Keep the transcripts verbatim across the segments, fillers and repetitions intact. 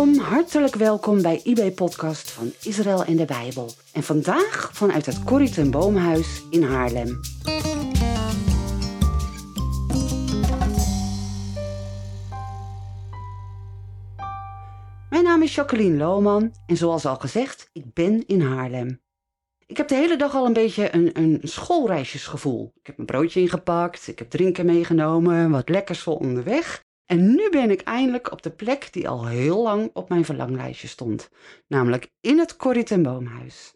Shalom, hartelijk welkom bij I B-podcast van Israël en de Bijbel. En vandaag vanuit het Corrie ten Boomhuis in Haarlem. Mijn naam is Jacqueline Lohman en zoals al gezegd, ik ben in Haarlem. Ik heb de hele dag al een beetje een, een schoolreisjesgevoel. Ik heb mijn broodje ingepakt, ik heb drinken meegenomen, wat lekkers voor onderweg. En nu ben ik eindelijk op de plek die al heel lang op mijn verlanglijstje stond. Namelijk in het Corrie ten Boomhuis.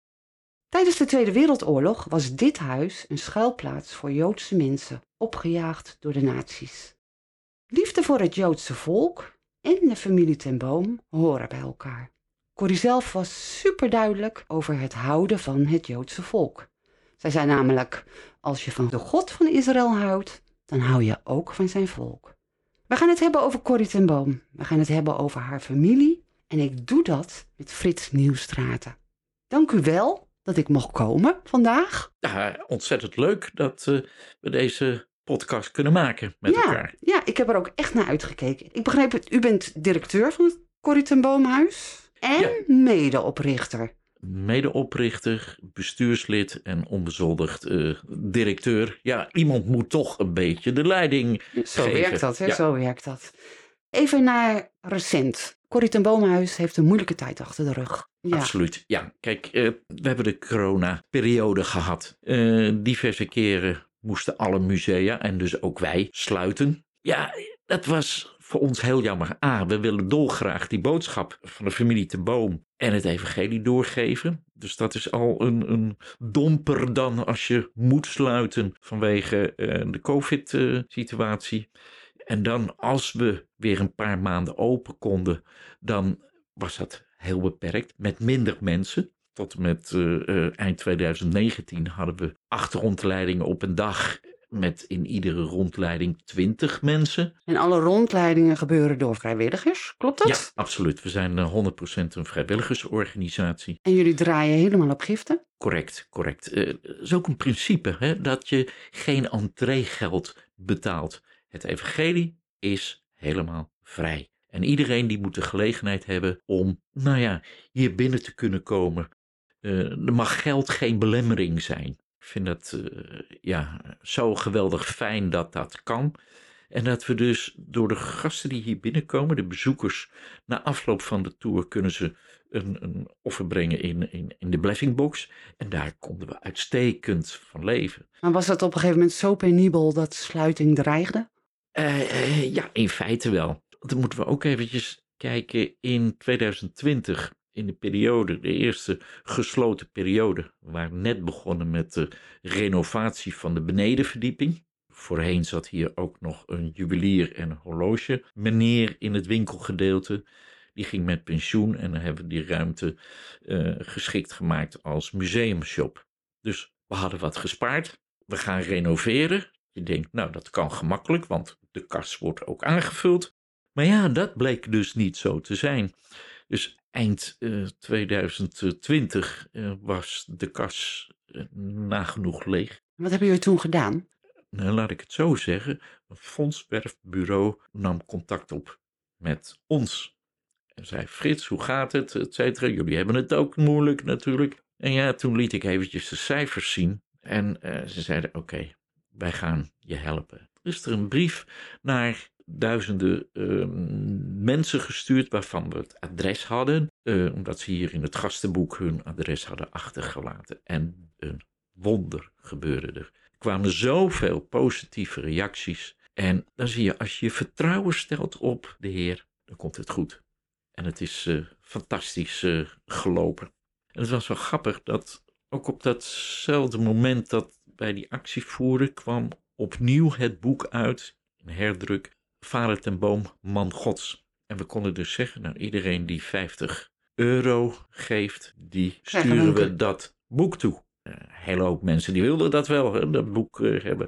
Tijdens de Tweede Wereldoorlog was dit huis een schuilplaats voor Joodse mensen, opgejaagd door de nazi's. Liefde voor het Joodse volk en de familie ten Boom horen bij elkaar. Corrie zelf was superduidelijk over het houden van het Joodse volk. Zij zei namelijk, als je van de God van Israël houdt, dan hou je ook van zijn volk. We gaan het hebben over Corrie ten Boom. We gaan het hebben over haar familie. En ik doe dat met Frits Nieuwstraten. Dank u wel dat ik mocht komen vandaag. Ja, ontzettend leuk dat uh, we deze podcast kunnen maken met ja, elkaar. Ja, ik heb er ook echt naar uitgekeken. Ik begreep het, u bent directeur van het Corrie ten Boomhuis en ja. medeoprichter. Medeoprichter, bestuurslid en onbezoldigd uh, directeur. Ja, iemand moet toch een beetje de leiding Zo geven. werkt dat, hè? Ja. Zo werkt dat. Even naar recent. Corrie ten Boomhuis heeft een moeilijke tijd achter de rug. Ja. Absoluut, ja. Kijk, uh, we hebben de corona-periode gehad. Uh, diverse keren moesten alle musea en dus ook wij sluiten. Ja, dat was voor ons heel jammer. A, we willen dolgraag die boodschap van de familie ten Boom en het evangelie doorgeven. Dus dat is al een, een domper dan als je moet sluiten vanwege uh, de COVID-situatie. Uh, en dan als we weer een paar maanden open konden, dan was dat heel beperkt met minder mensen. Tot en met uh, uh, eind twintig negentien hadden we acht rondleidingen op een dag met in iedere rondleiding twintig mensen. En alle rondleidingen gebeuren door vrijwilligers, klopt dat? Ja, absoluut. We zijn uh, honderd procent een vrijwilligersorganisatie. En jullie draaien helemaal op giften? Correct, correct. Uh, dat is ook een principe, hè, dat je geen entreegeld betaalt. Het evangelie is helemaal vrij. En iedereen die moet de gelegenheid hebben om, nou ja, hier binnen te kunnen komen. Uh, er mag geld geen belemmering zijn. Ik vind dat uh, ja, zo geweldig fijn dat dat kan. En dat we dus door de gasten die hier binnenkomen, de bezoekers, na afloop van de tour kunnen ze een, een offer brengen in, in, in de blessing box. En daar konden we uitstekend van leven. Maar was dat op een gegeven moment zo penibel dat sluiting dreigde? Uh, uh, ja, in feite wel. Dan moeten we ook eventjes kijken in twintig twintig. In de periode, de eerste gesloten periode, we waren net begonnen met de renovatie van de benedenverdieping. Voorheen zat hier ook nog een juwelier en een horloge meneer in het winkelgedeelte. Die ging met pensioen en dan hebben we die ruimte uh, geschikt gemaakt als museumshop. Dus we hadden wat gespaard. We gaan renoveren. Je denkt, nou dat kan gemakkelijk, want de kas wordt ook aangevuld. Maar ja, dat bleek dus niet zo te zijn. Dus eind uh, twintig twintig uh, was de kas uh, nagenoeg leeg. Wat hebben jullie toen gedaan? Nou, laat ik het zo zeggen. Een fondswerfbureau nam contact op met ons. En zei, Frits, hoe gaat het? Et cetera. Jullie hebben het ook moeilijk natuurlijk. En ja, toen liet ik eventjes de cijfers zien. En uh, ze zeiden, oké, okay, wij gaan je helpen. Er is er een brief naar duizenden uh, mensen gestuurd waarvan we het adres hadden. Uh, omdat ze hier in het gastenboek hun adres hadden achtergelaten. En een wonder gebeurde er. Er kwamen zoveel positieve reacties. En dan zie je, als je je vertrouwen stelt op de Heer, dan komt het goed. En het is uh, fantastisch uh, gelopen. En het was wel grappig dat ook op datzelfde moment dat wij die actie voerden, kwam opnieuw het boek uit, een herdruk, Vader ten Boom, Man Gods. En we konden dus zeggen, nou iedereen die vijftig euro geeft, die sturen we dat boek toe. Een uh, hele hoop mensen die wilden dat wel, hè, dat boek uh, hebben.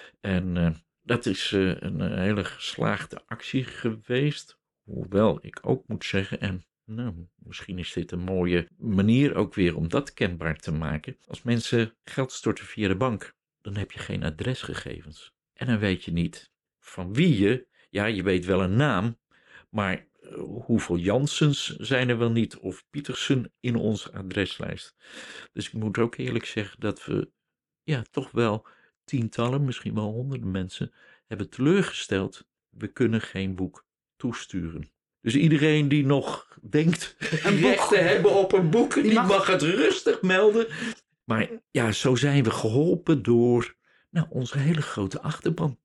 En uh, dat is uh, een uh, hele geslaagde actie geweest. Hoewel ik ook moet zeggen, en nou, misschien is dit een mooie manier ook weer om dat kenbaar te maken. Als mensen geld storten via de bank, dan heb je geen adresgegevens. En dan weet je niet van wie je, ja je weet wel een naam, maar hoeveel Jansens zijn er wel niet of Pietersen in onze adreslijst. Dus ik moet ook eerlijk zeggen dat we ja, toch wel tientallen, misschien wel honderden mensen hebben teleurgesteld. We kunnen geen boek toesturen. Dus iedereen die nog denkt Een boek. recht te hebben op een boek, die, Die mag... mag- het rustig melden. Maar ja, zo zijn we geholpen door nou, onze hele grote achterban.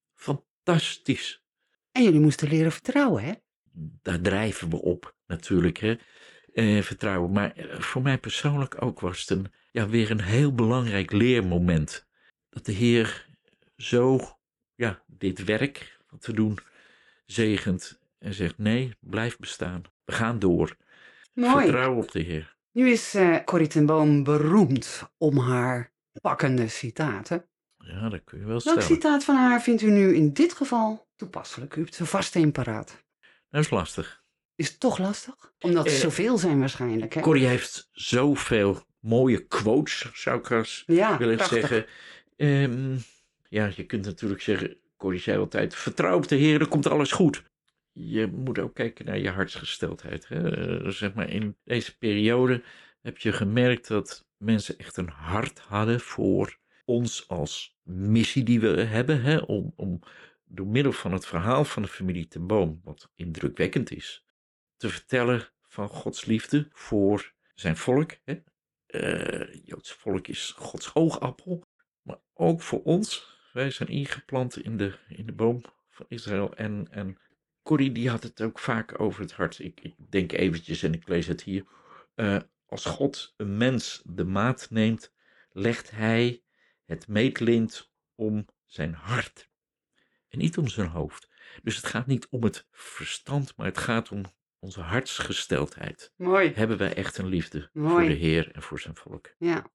Fantastisch. En jullie moesten leren vertrouwen, hè? Daar drijven we op natuurlijk, hè. Eh, vertrouwen. Maar eh, voor mij persoonlijk ook was het een, ja, weer een heel belangrijk leermoment. Dat de Heer zo ja, dit werk wat we doen zegent en zegt nee, blijf bestaan. We gaan door. Mooi. Vertrouw op de Heer. Nu is eh Corrie ten Boom beroemd om haar pakkende citaten. Ja, dat kun je wel Welk stellen. citaat van haar vindt u nu in dit geval toepasselijk? U hebt er vast een paraat. Dat is lastig. Is het toch lastig? Omdat er Eh, zoveel zijn waarschijnlijk, hè? Corrie heeft zoveel mooie quotes, zou ik als Ja, willen prachtig. zeggen. Ehm, ja, je kunt natuurlijk zeggen, Corrie zei altijd, vertrouw op de Heer, dan komt alles goed. Je moet ook kijken naar je hartsgesteldheid. Hè? Eh, zeg maar, in deze periode heb je gemerkt dat mensen echt een hart hadden voor ons als missie die we hebben. Hè? Om, om door middel van het verhaal van de familie ten Boom, wat indrukwekkend is, te vertellen van Gods liefde voor zijn volk. Hè? Eh, het Joodse volk is Gods oogappel, maar ook voor ons. Wij zijn ingeplant in de, in de boom van Israël. En, en Corrie die had het ook vaak over het hart. Ik, ik denk eventjes, en ik lees het hier. Uh, als God een mens de maat neemt, legt hij het meetlint om zijn hart. En niet om zijn hoofd. Dus het gaat niet om het verstand, maar het gaat om onze hartsgesteldheid. Mooi. Hebben wij echt een liefde Mooi. voor de Heer en voor zijn volk? Ja.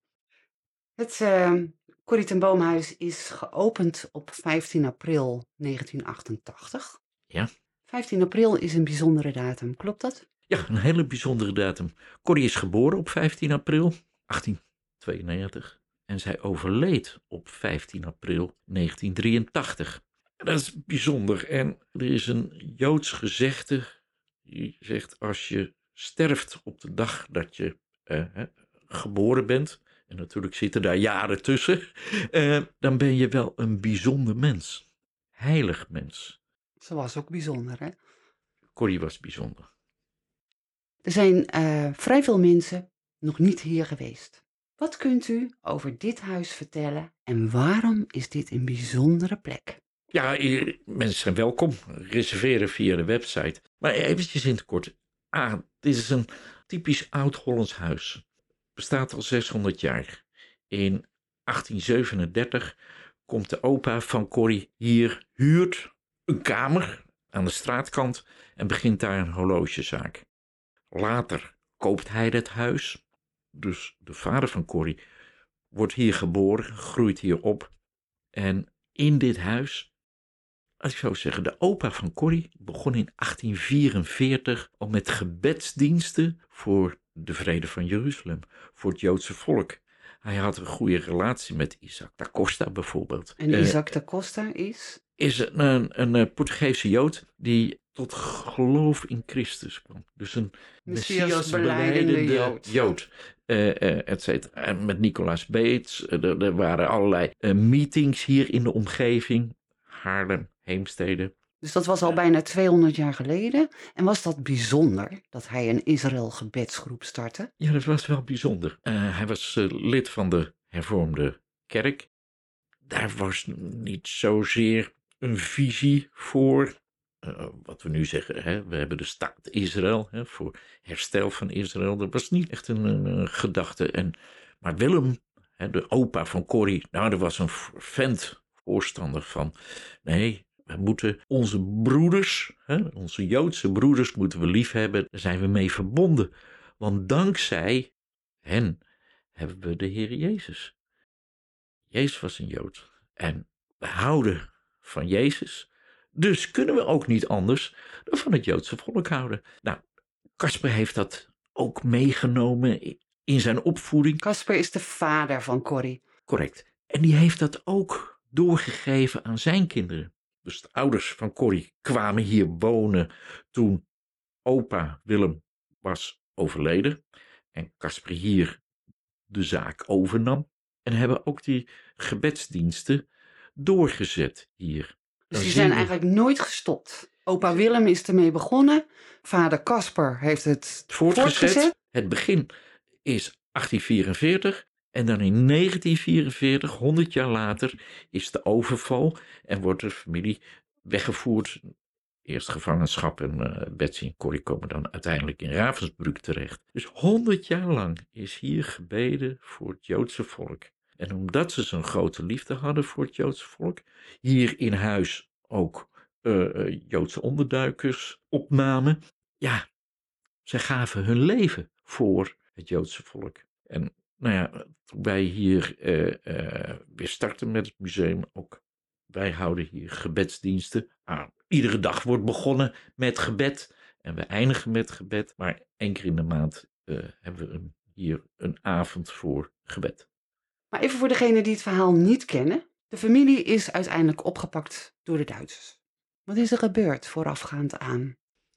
Het uh, Corrie ten Boomhuis is geopend op vijftien april negentien achtentachtig. Ja. vijftien april is een bijzondere datum, klopt dat? Ja, een hele bijzondere datum. Corrie is geboren op vijftien april achttien tweeënnegentig en zij overleed op vijftien april negentien drieëntachtig. Dat is bijzonder en er is een Joods gezegde die zegt als je sterft op de dag dat je uh, hè, geboren bent, en natuurlijk zitten daar jaren tussen, uh, dan ben je wel een bijzonder mens. Heilig mens. Ze was ook bijzonder, hè? Corrie was bijzonder. Er zijn uh, vrij veel mensen nog niet hier geweest. Wat kunt u over dit huis vertellen en waarom is dit een bijzondere plek? Ja, mensen zijn welkom. Reserveren via de website. Maar eventjes in het kort. Ah, dit is een typisch oud-Hollands huis. Bestaat al zeshonderd jaar. In achttien zevenendertig komt de opa van Corrie hier, huurt een kamer aan de straatkant en begint daar een horlogezaak. Later koopt hij het huis. Dus de vader van Corrie wordt hier geboren, groeit hier op. En in dit huis, als ik zou zeggen, de opa van Corrie begon in achttien vierenveertig al met gebedsdiensten voor de vrede van Jeruzalem, voor het Joodse volk. Hij had een goede relatie met Isaac da Costa bijvoorbeeld. En Isaac uh, da Costa is? Is een, een, een Portugese Jood die tot geloof in Christus kwam. Dus een Messias belijdende Jood. Jood. Uh, uh, et cetera. En met Nicolaas Beets. Uh, er, er waren allerlei uh, meetings hier in de omgeving. Haarlem, Heemstede. Dus dat was al bijna tweehonderd jaar geleden. En was dat bijzonder dat hij een Israël gebedsgroep startte? Ja, dat was wel bijzonder. Uh, hij was uh, lid van de hervormde kerk. Daar was niet zozeer een visie voor, uh, wat we nu zeggen, hè, we hebben de staat Israël, hè, voor herstel van Israël. Dat was niet echt een, een, een gedachte. En, maar Willem, hè, de opa van Corrie, nou, dat was een fervent voorstander van, nee, we moeten onze broeders, hè, onze Joodse broeders moeten we lief hebben, daar zijn we mee verbonden. Want dankzij hen hebben we de Heer Jezus. Jezus was een Jood en we houden van Jezus. Dus kunnen we ook niet anders dan van het Joodse volk houden. Nou, Kasper heeft dat ook meegenomen in zijn opvoeding. Kasper is de vader van Corrie. Correct. En die heeft dat ook doorgegeven aan zijn kinderen. Dus de ouders van Corrie kwamen hier wonen toen opa Willem was overleden en Casper hier de zaak overnam. En hebben ook die gebedsdiensten doorgezet hier. Dus Dan die zien zijn we eigenlijk nooit gestopt. Opa Willem is ermee begonnen. Vader Casper heeft het voortgezet. voortgezet. Het begin is achttien vierenveertig en dan in negentien vierenveertig, honderd jaar later, is de overval en wordt de familie weggevoerd. Eerst gevangenschap en uh, Betsy en Corrie komen dan uiteindelijk in Ravensbrück terecht. Dus honderd jaar lang is hier gebeden voor het Joodse volk. En omdat ze zo'n grote liefde hadden voor het Joodse volk, hier in huis ook uh, uh, Joodse onderduikers opnamen. Ja, zij gaven hun leven voor het Joodse volk. En nou ja, toen wij hier uh, uh, weer starten met het museum, ook wij houden hier gebedsdiensten. Ah, iedere dag wordt begonnen met gebed en we eindigen met gebed. Maar één keer in de maand uh, hebben we een, hier een avond voor gebed. Maar even voor degenen die het verhaal niet kennen. De familie is uiteindelijk opgepakt door de Duitsers. Wat is er gebeurd voorafgaand aan?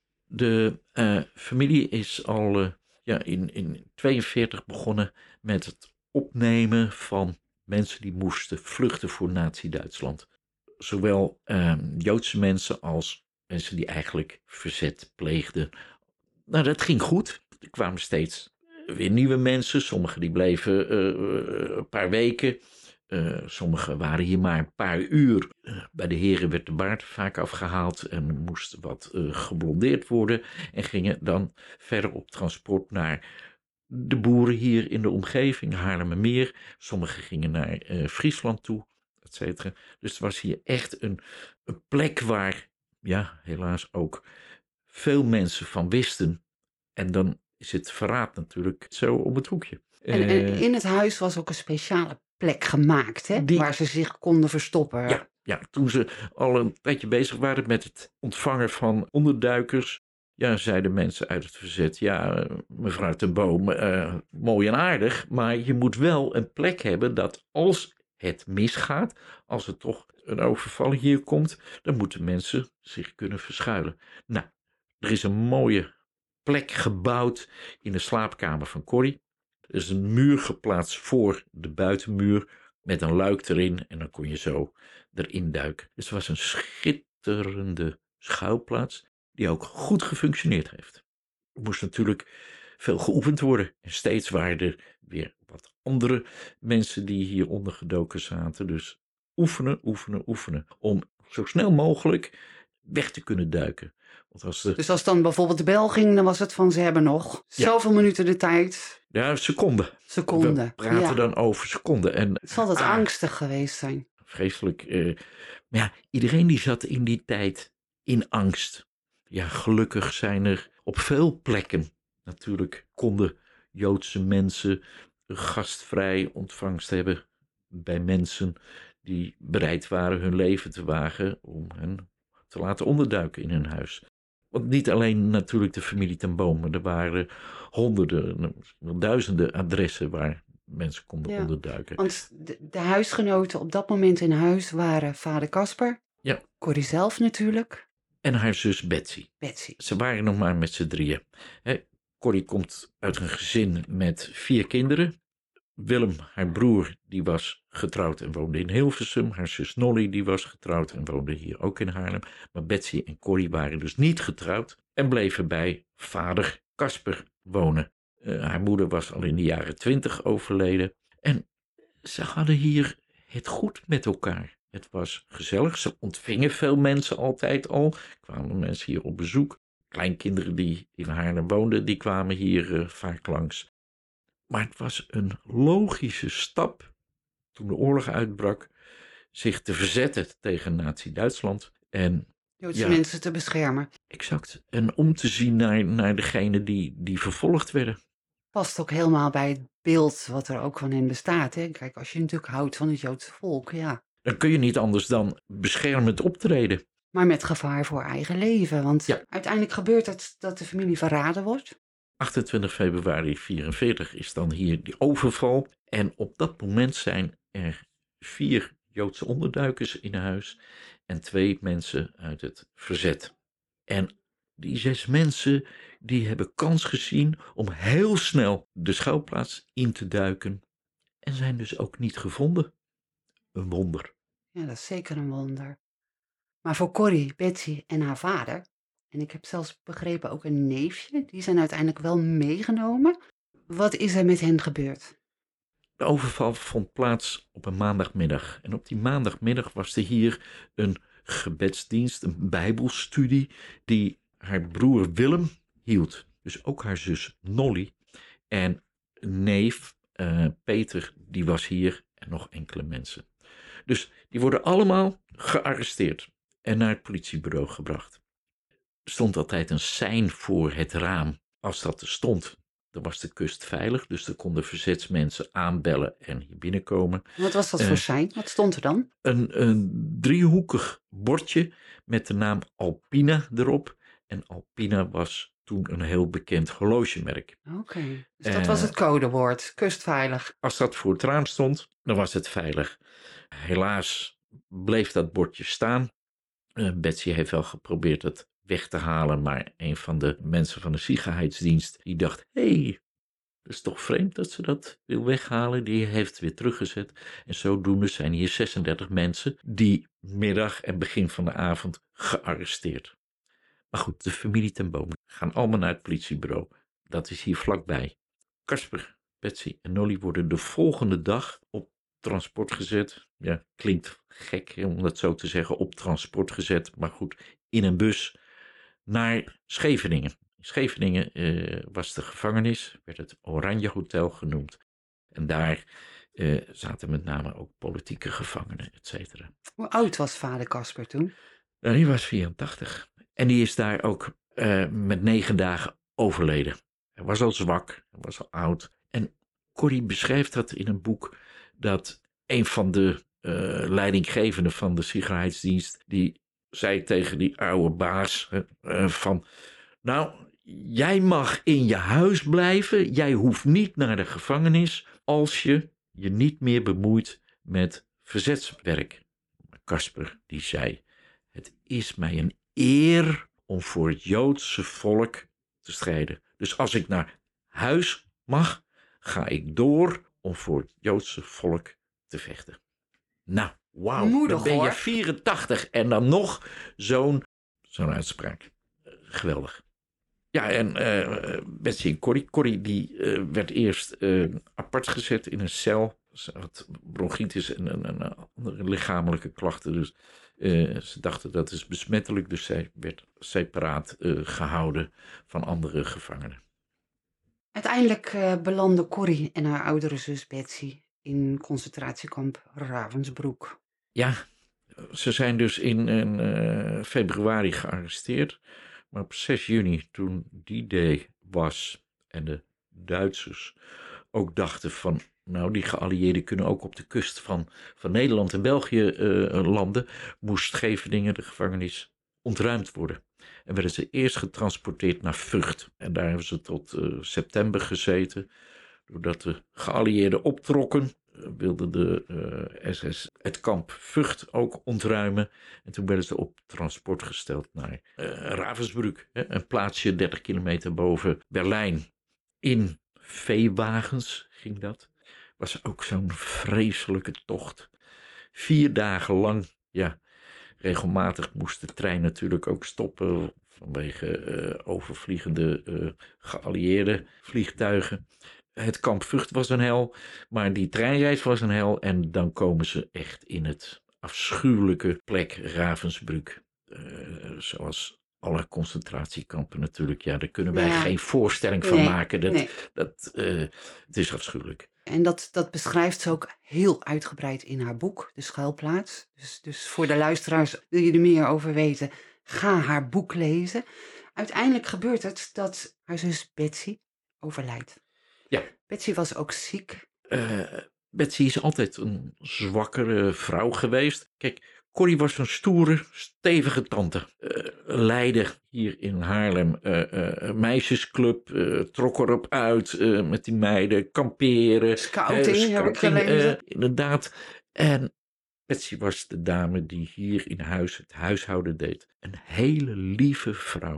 De uh, familie is al uh, ja, in, in tweeënveertig begonnen met het opnemen van mensen die moesten vluchten voor Nazi-Duitsland. Zowel uh, Joodse mensen als mensen die eigenlijk verzet pleegden. Nou, dat ging goed. Er kwamen steeds weer nieuwe mensen. Sommigen die bleven uh, een paar weken. Uh, sommigen waren hier maar een paar uur. Uh, bij de heren werd de baard vaak afgehaald en moest wat uh, geblondeerd worden. En gingen dan verder op transport naar de boeren hier in de omgeving, Haarlemmermeer. Sommigen gingen naar uh, Friesland toe, et cetera. Dus het was hier echt een, een plek waar, ja, helaas ook veel mensen van wisten. En dan is het verraad natuurlijk zo om het hoekje. En, en Uh, in het huis was ook een speciale plek gemaakt, hè? Die- Waar ze zich konden verstoppen. Ja, ja, toen ze al een tijdje bezig waren met het ontvangen van onderduikers, ja, zeiden mensen uit het verzet, ja, eh, mevrouw ten Boom, uh, mooi en aardig, maar je moet wel een plek hebben dat als het misgaat, als er toch een overval hier komt, dan moeten mensen zich kunnen verschuilen. Nou, er is een mooie plek gebouwd in de slaapkamer van Corrie. Er is een muur geplaatst voor de buitenmuur met een luik erin en dan kon je zo erin duiken. Dus het was een schitterende schuilplaats die ook goed gefunctioneerd heeft. Er moest natuurlijk veel geoefend worden en steeds waren er weer wat andere mensen die hier ondergedoken zaten. Dus oefenen, oefenen, oefenen om zo snel mogelijk weg te kunnen duiken. Want als de Dus als dan bijvoorbeeld de bel ging, dan was het van ze hebben nog Ja. zoveel minuten de tijd. ja, seconden. Seconden. We praten Ja. dan over seconden. En Het zal dat ah, angstig geweest zijn. vreselijk. eh, maar ja, iedereen die zat in die tijd in angst. Ja, gelukkig zijn er op veel plekken natuurlijk konden Joodse mensen gastvrij ontvangst hebben bij mensen die bereid waren hun leven te wagen om hen te laten onderduiken in hun huis. Want niet alleen natuurlijk de familie ten Boom, maar er waren honderden, misschien wel duizenden adressen waar mensen konden Ja. onderduiken. Want de, de huisgenoten op dat moment in huis waren vader Casper. Ja. Corrie zelf natuurlijk. En haar zus Betsy. Betsy. Ze waren nog maar met z'n drieën. Hè, Corrie komt uit een gezin met vier kinderen. Willem, haar broer, die was getrouwd en woonde in Hilversum. Haar zus Nolly, die was getrouwd en woonde hier ook in Haarlem. Maar Betsy en Corrie waren dus niet getrouwd en bleven bij vader Casper wonen. Uh, haar moeder was al in de jaren twintig overleden. En ze hadden hier het goed met elkaar. Het was gezellig. Ze ontvingen veel mensen altijd al. Kwamen mensen hier op bezoek. Kleinkinderen die in Haarlem woonden, die kwamen hier uh, vaak langs. Maar het was een logische stap, toen de oorlog uitbrak, zich te verzetten tegen Nazi-Duitsland. En Joodse ja, mensen te beschermen. exact. En om te zien naar, naar degenen die, die vervolgd werden. Past ook helemaal bij het beeld wat er ook van in bestaat. Hè? Kijk, als je natuurlijk houdt van het Joodse volk, ja. Dan kun je niet anders dan beschermend optreden. Maar met gevaar voor eigen leven. Want Ja. uiteindelijk gebeurt het dat de familie verraden wordt. achtentwintig februari vierenveertig is dan hier die overval. En op dat moment zijn er vier Joodse onderduikers in huis en twee mensen uit het verzet. En Die zes mensen die hebben kans gezien om heel snel de schuilplaats in te duiken en zijn dus ook niet gevonden. Een wonder. Ja, dat is zeker een wonder. Maar voor Corrie, Betsy en haar vader, en ik heb zelfs begrepen ook een neefje, die zijn uiteindelijk wel meegenomen. Wat is er met hen gebeurd? De overval vond plaats op een maandagmiddag. En op die maandagmiddag was er hier een gebedsdienst, een bijbelstudie, die haar broer Willem hield. Dus ook haar zus Nolly. En neef uh, Peter, die was hier en nog enkele mensen. Dus die worden allemaal gearresteerd en naar het politiebureau gebracht. Er stond altijd een sein voor het raam. Als dat er stond, dan was de kust veilig. Dus er konden verzetsmensen aanbellen en hier binnenkomen. Wat was dat voor Uh, sein? Wat stond er dan? Een, een driehoekig bordje met de naam Alpina erop. En Alpina was toen een heel bekend horlogemerk. Oké, okay. Dus dat uh, was het codewoord, kustveilig. Als dat voor het raam stond, dan was het veilig. Helaas bleef dat bordje staan. Uh, Betsy heeft wel geprobeerd het weg te halen, maar een van de mensen van de Sicherheidsdienst die dacht, hé, hey, dat is toch vreemd dat ze dat wil weghalen. Die heeft het weer teruggezet. En zodoende zijn hier zesendertig mensen die middag en begin van de avond gearresteerd. Maar goed, de familie ten Boom gaan allemaal naar het politiebureau. Dat is hier vlakbij. Kasper, Betsy en Nolly worden de volgende dag op transport gezet. Ja, klinkt gek om dat zo te zeggen, op transport gezet. Maar goed, in een bus naar Scheveningen. In Scheveningen uh, was de gevangenis, werd het Oranje Hotel genoemd. En daar uh, zaten met name ook politieke gevangenen, et cetera. Hoe oud was vader Kasper toen? Nou, die was vierentachtig. En die is daar ook uh, met negen dagen overleden. Hij was al zwak, hij was al oud. En Corrie beschrijft dat in een boek dat een van de uh, leidinggevenden van de Sicherheidsdienst, die zei tegen die oude baas uh, van, nou, jij mag in je huis blijven, jij hoeft niet naar de gevangenis als je je niet meer bemoeit met verzetswerk. Kasper die zei, het is mij een eer om voor het Joodse volk te strijden. Dus als ik naar huis mag, ga ik door om voor het Joodse volk te vechten. Nou, wauw, dan ben je vierentachtig en dan nog zo'n, zo'n uitspraak. Uh, geweldig. Ja, en uh, Betsy en Corrie. Corrie die uh, werd eerst uh, apart gezet in een cel. Ze had bronchitis en, en, en andere lichamelijke klachten. Dus uh, ze dachten dat is besmettelijk. Dus zij werd separaat uh, gehouden van andere gevangenen. Uiteindelijk uh, belandden Corrie en haar oudere zus Betsy in concentratiekamp Ravensbrück. Ja, ze zijn dus in, in uh, februari gearresteerd. Maar op zes juni, toen die day was en de Duitsers ook dachten van, nou, die geallieerden kunnen ook op de kust van, van Nederland en België uh, landen, moest Scheveningen, de gevangenis, ontruimd worden. En werden ze eerst getransporteerd naar Vught. En daar hebben ze tot uh, september gezeten. Doordat de geallieerden optrokken, uh, wilde de uh, S S het kamp Vught ook ontruimen. En toen werden ze op transport gesteld naar uh, Ravensbrück, hè, een plaatsje dertig kilometer boven Berlijn. In veewagens ging dat. Was ook zo'n vreselijke tocht. Vier dagen lang, ja, regelmatig moest de trein natuurlijk ook stoppen vanwege uh, overvliegende uh, geallieerde vliegtuigen. Het kamp Vught was een hel, maar die treinreis was een hel. En dan komen ze echt in het afschuwelijke plek Ravensbrück. Uh, zoals alle concentratiekampen natuurlijk. Ja, daar kunnen wij ja. geen voorstelling van nee, maken. Dat, nee. dat, uh, het is afschuwelijk. En dat, dat beschrijft ze ook heel uitgebreid in haar boek, De Schuilplaats. Dus, dus voor de luisteraars, wil je er meer over weten, ga haar boek lezen. Uiteindelijk gebeurt het dat haar zus Betsy overlijdt. Ja. Betsy was ook ziek. Uh, Betsy is altijd een zwakkere vrouw geweest. Kijk, Corrie was een stoere, stevige tante. Uh, leidde hier in Haarlem uh, uh, een meisjesclub, uh, trok erop uit uh, met die meiden, kamperen. Scouting, uh, scouting heb ik gelezen. Uh, inderdaad. En Betsy was de dame die hier in huis het huishouden deed. Een hele lieve vrouw.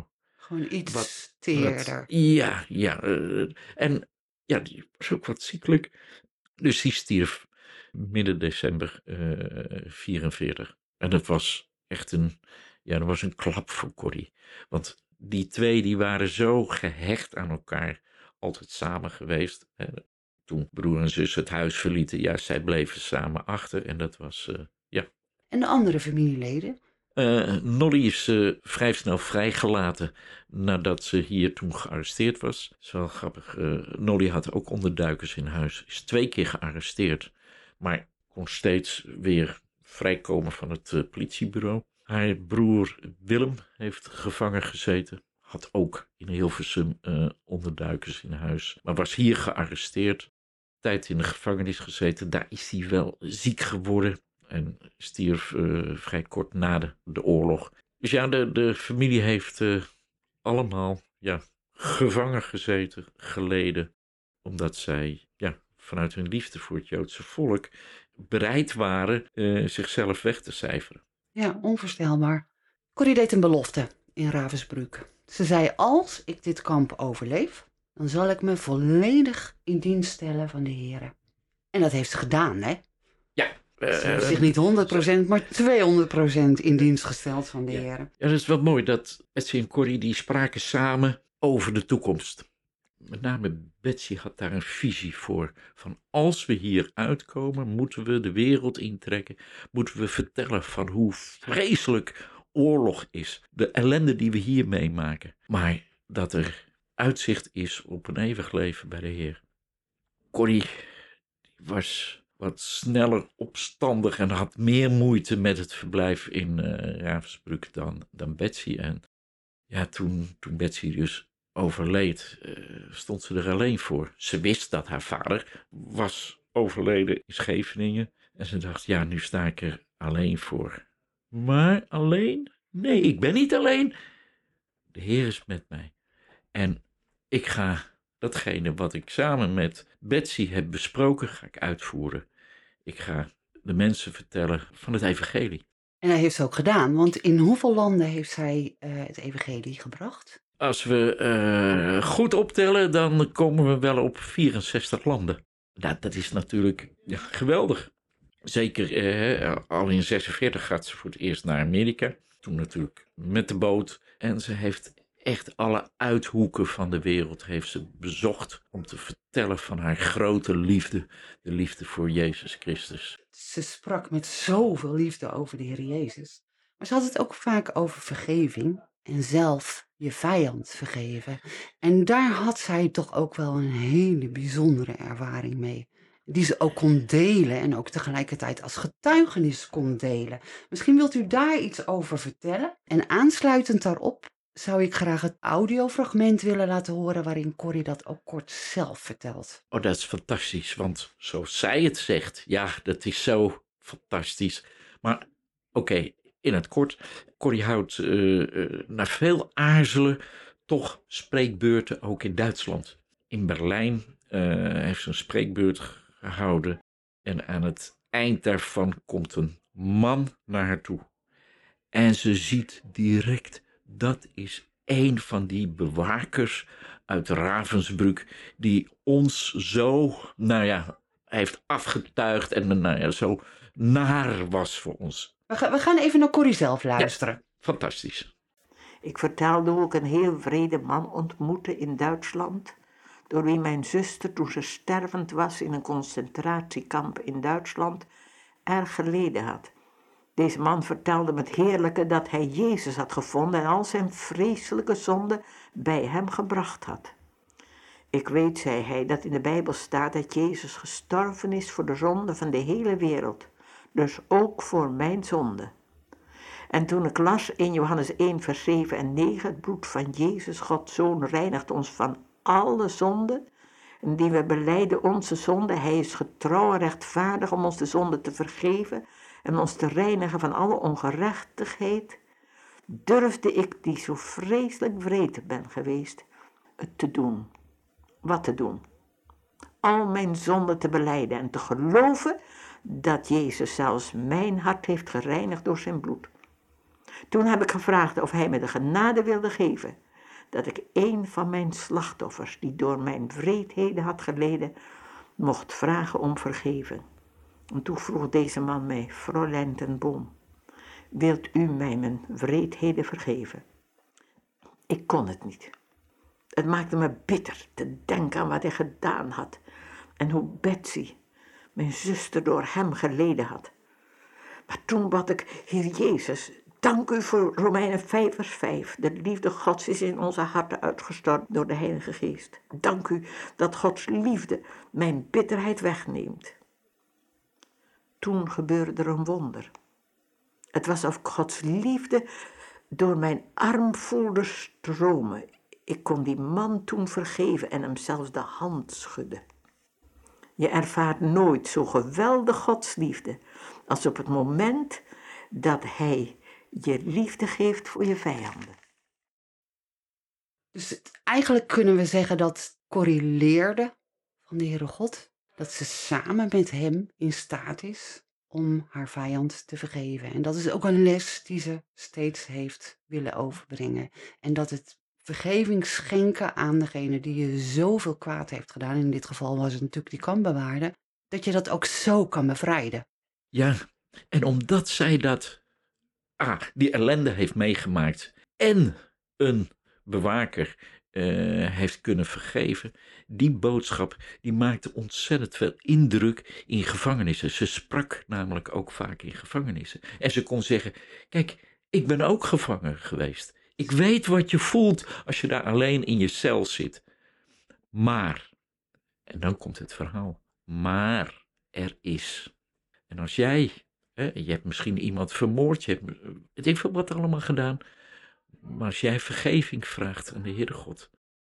Gewoon iets Wat, wat, teerder. ja, ja. eh, en ja, die was ook wat ziekelijk. Dus die stierf midden december eh vierenveertig. En dat was echt een, ja, dat was een klap voor Corrie. Want die twee die waren zo gehecht aan elkaar, altijd samen geweest. Hè. Toen broer en zus het huis verlieten, ja, zij bleven samen achter. En dat was, eh, ja. En de andere familieleden? Eh, Nolly is eh, vrij snel vrijgelaten nadat ze hier toen gearresteerd was. Dat is wel grappig. eh, Nolly had ook onderduikers in huis. Is twee keer gearresteerd, maar kon steeds weer vrijkomen van het eh, politiebureau. Haar broer Willem heeft gevangen gezeten. Had ook in Hilversum eh, onderduikers in huis, maar was hier gearresteerd. Tijd in de gevangenis gezeten. Daar is hij wel ziek geworden. En stierf uh, vrij kort na de, de oorlog. Dus ja, de, de familie heeft uh, allemaal ja, gevangen gezeten, geleden. Omdat zij ja, vanuit hun liefde voor het Joodse volk bereid waren uh, zichzelf weg te cijferen. Ja, onvoorstelbaar. Corrie deed een belofte in Ravensbrück. Ze zei, als ik dit kamp overleef, dan zal ik me volledig in dienst stellen van de Heere. En dat heeft ze gedaan, hè? Ja. Ze heeft zich niet honderd procent, maar tweehonderd procent in dienst gesteld van de ja. Heere. Ja, dat is wel mooi dat Betsy en Corrie die spraken samen over de toekomst. Met name Betsy had daar een visie voor. Van als we hier uitkomen, moeten we de wereld intrekken. Moeten we vertellen van hoe vreselijk oorlog is. De ellende die we hier meemaken. Maar dat er uitzicht is op een eeuwig leven bij de Heer. Corrie was wat sneller opstandig en had meer moeite met het verblijf in uh, Ravensbrück dan, dan Betsy. En ja, toen, toen Betsy dus overleed, uh, stond ze er alleen voor. Ze wist dat haar vader was overleden in Scheveningen. En ze dacht, ja, nu sta ik er alleen voor. Maar alleen? Nee, ik ben niet alleen. De Heer is met mij. En ik ga datgene wat ik samen met Betsy heb besproken, ga ik uitvoeren. Ik ga de mensen vertellen van het evangelie. En hij heeft ze ook gedaan, want in hoeveel landen heeft zij uh, het evangelie gebracht? Als we uh, goed optellen, dan komen we wel op vierenzestig landen. Nou, dat is natuurlijk ja, geweldig. Zeker uh, al in zesenveertig gaat ze voor het eerst naar Amerika. Toen natuurlijk met de boot. En ze heeft echt alle uithoeken van de wereld heeft ze bezocht om te vertellen van haar grote liefde, de liefde voor Jezus Christus. Ze sprak met zoveel liefde over de Heer Jezus, maar ze had het ook vaak over vergeving en zelf je vijand vergeven. En daar had zij toch ook wel een hele bijzondere ervaring mee, die ze ook kon delen en ook tegelijkertijd als getuigenis kon delen. Misschien wilt u daar iets over vertellen en aansluitend daarop zou ik graag het audiofragment willen laten horen waarin Corrie dat ook kort zelf vertelt. Oh, dat is fantastisch, want zoals zij het zegt, ja, dat is zo fantastisch. Maar oké, okay, in het kort, Corrie houdt uh, uh, na veel aarzelen toch spreekbeurten ook in Duitsland. In Berlijn uh, heeft ze een spreekbeurt gehouden en aan het eind daarvan komt een man naar haar toe. En ze ziet direct, dat is een van die bewakers uit Ravensbrück die ons zo, nou ja, heeft afgetuigd en nou ja, zo naar was voor ons. We, ga, we gaan even naar Corrie zelf luisteren. Ja, fantastisch. Ik vertelde hoe ik een heel vrede man ontmoette in Duitsland, door wie mijn zuster toen ze stervend was in een concentratiekamp in Duitsland erg geleden had. Deze man vertelde met heerlijke dat hij Jezus had gevonden en al zijn vreselijke zonden bij hem gebracht had. Ik weet, zei hij, dat in de Bijbel staat dat Jezus gestorven is voor de zonde van de hele wereld, dus ook voor mijn zonde. En toen ik las in Johannes één vers zeven en negen, het bloed van Jezus, Gods Zoon, reinigt ons van alle zonden, indien we belijden onze zonde, hij is getrouw en rechtvaardig om ons de zonde te vergeven en ons te reinigen van alle ongerechtigheid, durfde ik, die zo vreselijk wreed ben geweest, het te doen. Wat te doen? Al mijn zonden te belijden en te geloven dat Jezus zelfs mijn hart heeft gereinigd door zijn bloed. Toen heb ik gevraagd of hij me de genade wilde geven, dat ik een van mijn slachtoffers, die door mijn wreedheden had geleden, mocht vragen om vergeving. En toen vroeg deze man mij: Fräulein ten Boom, wilt u mij mijn wreedheden vergeven? Ik kon het niet. Het maakte me bitter te denken aan wat hij gedaan had en hoe Betsy, mijn zuster, door hem geleden had. Maar toen bad ik: Heer Jezus, dank u voor Romeinen vijf vers vijf. De liefde Gods is in onze harten uitgestort door de Heilige Geest. Dank u dat Gods liefde mijn bitterheid wegneemt. Toen gebeurde er een wonder. Het was alsof Gods liefde door mijn arm voelde stromen. Ik kon die man toen vergeven en hem zelfs de hand schudden. Je ervaart nooit zo geweldig Gods liefde als op het moment dat hij je liefde geeft voor je vijanden. Dus het- eigenlijk kunnen we zeggen dat Corrie leerde van de Heere God, dat ze samen met hem in staat is om haar vijand te vergeven. En dat is ook een les die ze steeds heeft willen overbrengen. En dat het vergeving schenken aan degene die je zoveel kwaad heeft gedaan, in dit geval was het natuurlijk die kambewaarder, dat je dat ook zo kan bevrijden. Ja, en omdat zij dat, ah, die ellende heeft meegemaakt en een bewaker eh, heeft kunnen vergeven, die boodschap die maakte ontzettend veel indruk in gevangenissen. Ze sprak namelijk ook vaak in gevangenissen. En ze kon zeggen: kijk, ik ben ook gevangen geweest. Ik weet wat je voelt als je daar alleen in je cel zit. Maar, en dan komt het verhaal, maar er is. En als jij, hè, je hebt misschien iemand vermoord, je hebt, weet ik veel wat allemaal gedaan, maar als jij vergeving vraagt aan de Heere God,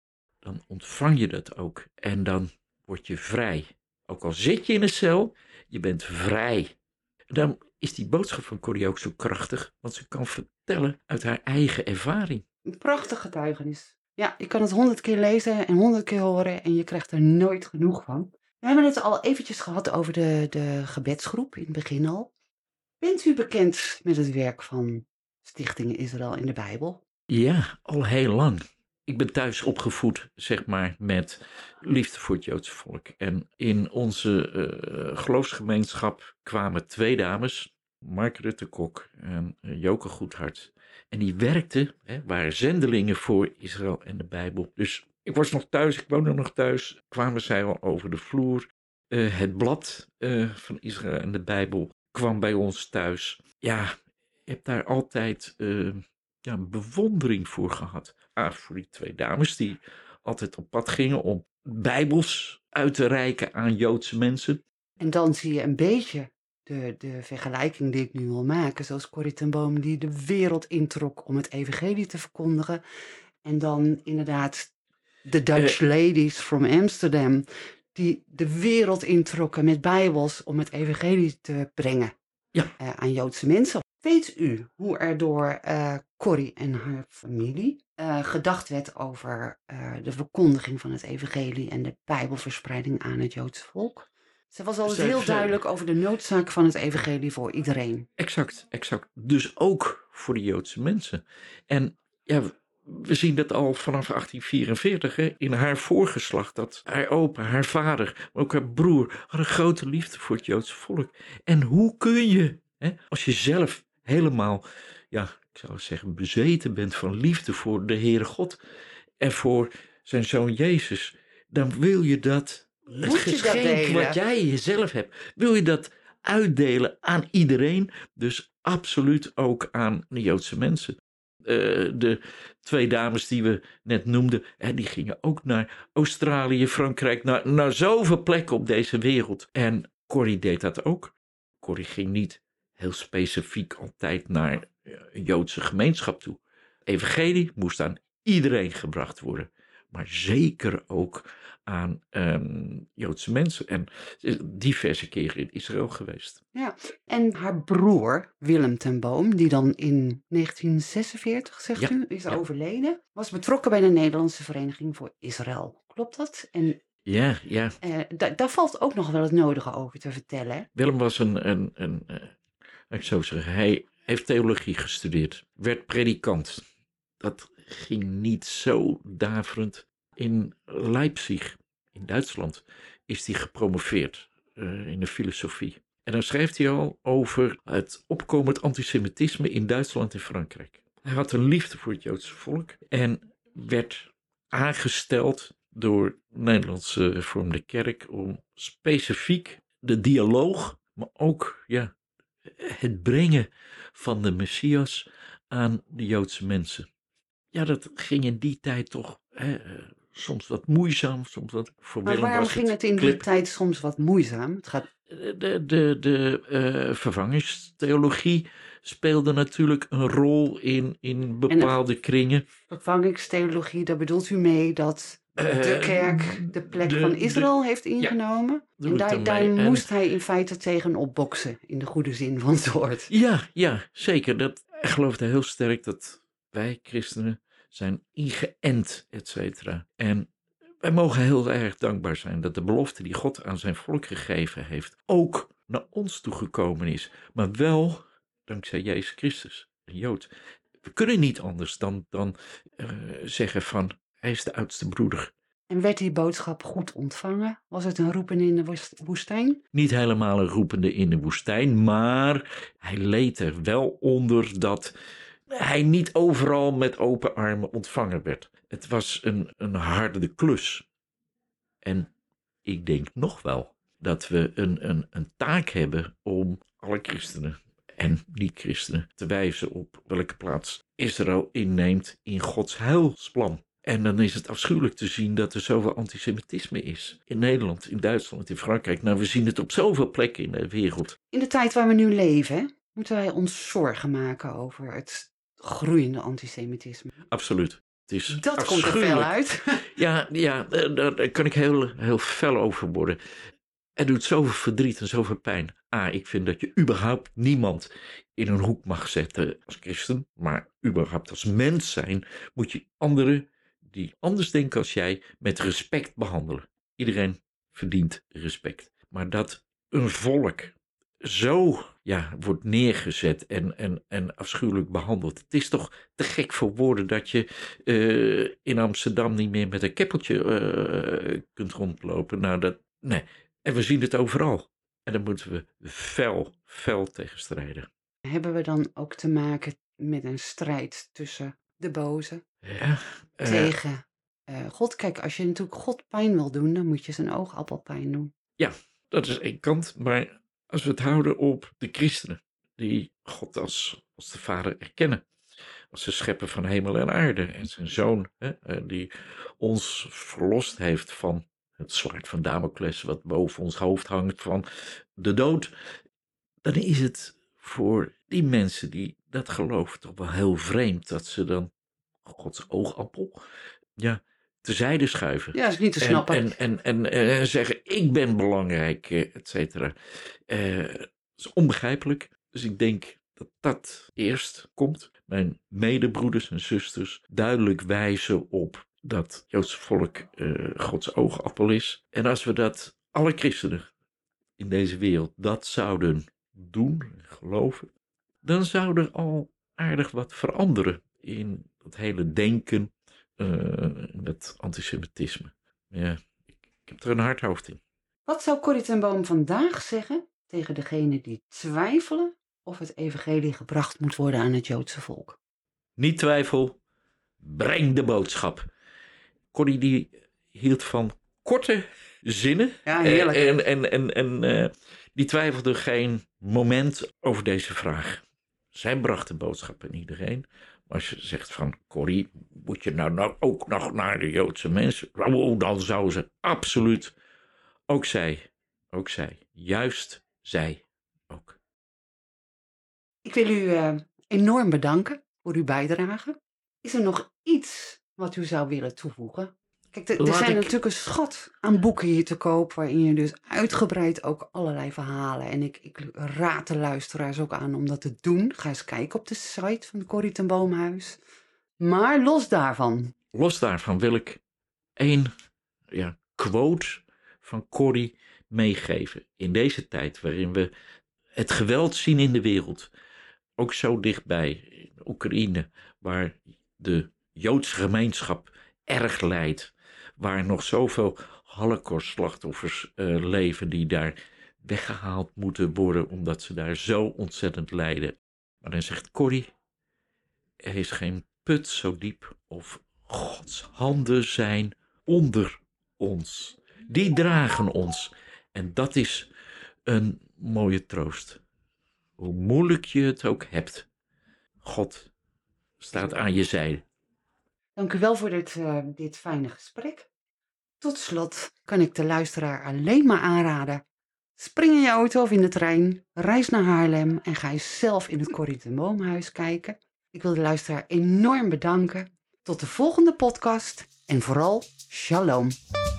dan ontvang je dat ook en dan word je vrij. Ook al zit je in een cel, je bent vrij. Dan is die boodschap van Corrie ook zo krachtig, want ze kan vertellen uit haar eigen ervaring. Een prachtig getuigenis. Ja, je kan het honderd keer lezen en honderd keer horen en je krijgt er nooit genoeg van. We hebben het al eventjes gehad over de, de gebedsgroep in het begin al. Bent u bekend met het werk van Stichting Israël in de Bijbel? Ja, al heel lang. Ik ben thuis opgevoed, zeg maar, met liefde voor het Joodse volk. En in onze uh, geloofsgemeenschap kwamen twee dames, Mark de Kok en uh, Joke Goedhart. En die werkten, hè, waren zendelingen voor Israël en de Bijbel. Dus ik was nog thuis, ik woonde nog thuis, kwamen zij al over de vloer. Uh, het blad uh, van Israël en de Bijbel kwam bij ons thuis. Ja, ik heb daar altijd uh, ja, bewondering voor gehad. Ah, voor die twee dames die altijd op pad gingen om Bijbels uit te reiken aan Joodse mensen. En dan zie je een beetje de, de vergelijking die ik nu wil maken, zoals Corrie ten Boom die de wereld introk om het evangelie te verkondigen. En dan inderdaad de Dutch uh, ladies from Amsterdam die de wereld introkken met Bijbels om het evangelie te brengen ja. uh, aan Joodse mensen. Weet u hoe er door uh, Corrie en haar familie uh, gedacht werd over uh, de verkondiging van het evangelie en de Bijbelverspreiding aan het Joodse volk? Ze was altijd heel duidelijk over de noodzaak van het evangelie voor iedereen. Exact, exact. Dus ook voor de Joodse mensen. En ja, we zien dat al vanaf achttien vierenveertig hè, in haar voorgeslacht, dat haar opa, haar vader, maar ook haar broer had een grote liefde voor het Joodse volk. En hoe kun je, hè, als je zelf helemaal, ja, ik zou zeggen, bezeten bent van liefde voor de Heere God en voor zijn zoon Jezus, dan wil je dat, het Moet je dat geschenk delen? wat jij jezelf hebt, wil je dat uitdelen aan iedereen, dus absoluut ook aan de Joodse mensen. Uh, de twee dames die we net noemden, hè, die gingen ook naar Australië, Frankrijk, naar, naar zoveel plekken op deze wereld. En Corrie deed dat ook. Corrie ging niet heel specifiek altijd naar een Joodse gemeenschap toe. Evangelie moest aan iedereen gebracht worden, maar zeker ook aan um, Joodse mensen. En diverse keren in Israël geweest. Ja, en haar broer Willem ten Boom, die dan in negentien zesenveertig, zegt ja, u, is ja. overleden, was betrokken bij de Nederlandse Vereniging voor Israël. Klopt dat? En ja, ja. Uh, da- daar valt ook nog wel het nodige over te vertellen. Hè? Willem was een, een, een uh, ik zou zeggen, hij heeft theologie gestudeerd, werd predikant. Dat ging niet zo daverend. In Leipzig, in Duitsland, is hij gepromoveerd uh, in de filosofie. En dan schrijft hij al over het opkomend antisemitisme in Duitsland en Frankrijk. Hij had een liefde voor het Joodse volk en werd aangesteld door de Nederlandse Hervormde Kerk om specifiek de dialoog, maar ook ja, het brengen van de Messias aan de Joodse mensen. Ja, dat ging in die tijd toch hè, soms wat moeizaam, soms wat voor Maar Willem waarom was ging het in die clip. tijd soms wat moeizaam? Het gaat... De, de, de uh, vervangingstheologie speelde natuurlijk een rol in, in bepaalde en, kringen. Vervangingstheologie, daar bedoelt u mee dat de uh, kerk de plek de, van Israël de, heeft ingenomen? Ja, en daar, daar moest en, hij in feite tegen opboksen, in de goede zin van het woord. Ja, ja, zeker. Dat, hij geloofde heel sterk dat wij christenen zijn ingeënt, et cetera. En wij mogen heel erg dankbaar zijn dat de belofte die God aan zijn volk gegeven heeft ook naar ons toegekomen is. Maar wel dankzij Jezus Christus, een Jood. We kunnen niet anders dan, dan uh, zeggen van hij is de oudste broeder. En werd die boodschap goed ontvangen? Was het een roepen in de woestijn? Niet helemaal een roepende in de woestijn, maar hij leed er wel onder dat hij niet overal met open armen ontvangen werd. Het was een, een harde klus. En ik denk nog wel dat we een, een, een taak hebben om alle christenen en niet-christenen te wijzen op welke plaats Israël inneemt in Gods heilsplan. En dan is het afschuwelijk te zien dat er zoveel antisemitisme is. In Nederland, in Duitsland, in Frankrijk. Nou, we zien het op zoveel plekken in de wereld. In de tijd waar we nu leven, moeten wij ons zorgen maken over het groeiende antisemitisme. Absoluut. Het is dat komt er fel uit. Ja, ja, daar kan ik heel, heel fel over worden. Het doet zoveel verdriet en zoveel pijn. A, ik vind dat je überhaupt niemand in een hoek mag zetten als christen. Maar überhaupt als mens zijn moet je anderen die anders denken als jij met respect behandelen. Iedereen verdient respect. Maar dat een volk zo ja, wordt neergezet en, en, en afschuwelijk behandeld. Het is toch te gek voor woorden dat je uh, in Amsterdam niet meer met een keppeltje uh, kunt rondlopen. Nou, dat, nee. En we zien het overal. En daar moeten we fel, fel tegen strijden. Hebben we dan ook te maken met een strijd tussen de boze ja, uh, tegen uh, God? Kijk, als je natuurlijk God pijn wil doen, dan moet je zijn oogappel pijn doen. Ja, dat is één kant. Maar als we het houden op de christenen, die God als, als de Vader erkennen. Als de schepper van hemel en aarde. En zijn zoon, hè, die ons verlost heeft van het zwaard van Damocles, wat boven ons hoofd hangt van de dood. Dan is het voor die mensen die dat geloven toch wel heel vreemd dat ze dan Gods oogappel ja, terzijde schuiven. Ja, dat is niet te snappen. En, en, en, en, en zeggen, ik ben belangrijk, et cetera. Uh, dat is onbegrijpelijk. Dus ik denk dat dat eerst komt. Mijn medebroeders en zusters duidelijk wijzen op dat het Joodse volk uh, Gods oogappel is. En als we dat, alle christenen in deze wereld, dat zouden doen en geloven, dan zou er al aardig wat veranderen in dat hele denken, uh, in het antisemitisme. Ja, ik, ik heb er een hard hoofd in. Wat zou Corrie ten Boom vandaag zeggen tegen degenen die twijfelen of het evangelie gebracht moet worden aan het Joodse volk? Niet twijfel, breng de boodschap. Corrie die hield van korte zinnen. Ja, heerlijk. En, en, en, en uh, die twijfelde geen moment over deze vraag. Zij bracht de boodschap aan iedereen. Maar als je zegt van, Corrie, moet je nou, nou ook nog naar de Joodse mensen? Oh, dan zou ze absoluut, ook zij, ook zij, juist zij ook. Ik wil u uh, enorm bedanken voor uw bijdrage. Is er nog iets wat u zou willen toevoegen? Kijk, er zijn ik... natuurlijk een schat aan boeken hier te koop, waarin je dus uitgebreid ook allerlei verhalen. En ik, ik raad de luisteraars ook aan om dat te doen. Ga eens kijken op de site van Corrie ten Boomhuis. Maar los daarvan. Los daarvan wil ik één ja, quote van Corrie meegeven. In deze tijd waarin we het geweld zien in de wereld. Ook zo dichtbij, in Oekraïne, waar de Joodse gemeenschap erg lijdt. Waar nog zoveel Holocaust-slachtoffers uh, leven die daar weggehaald moeten worden omdat ze daar zo ontzettend lijden. Maar dan zegt Corrie, er is geen put zo diep of Gods handen zijn onder ons. Die dragen ons. En dat is een mooie troost. Hoe moeilijk je het ook hebt, God staat aan je zijde. Dank u wel voor dit, uh, dit fijne gesprek. Tot slot kan ik de luisteraar alleen maar aanraden. Spring in je auto of in de trein, reis naar Haarlem en ga eens zelf in het Corrie ten Boomhuis kijken. Ik wil de luisteraar enorm bedanken. Tot de volgende podcast en vooral shalom.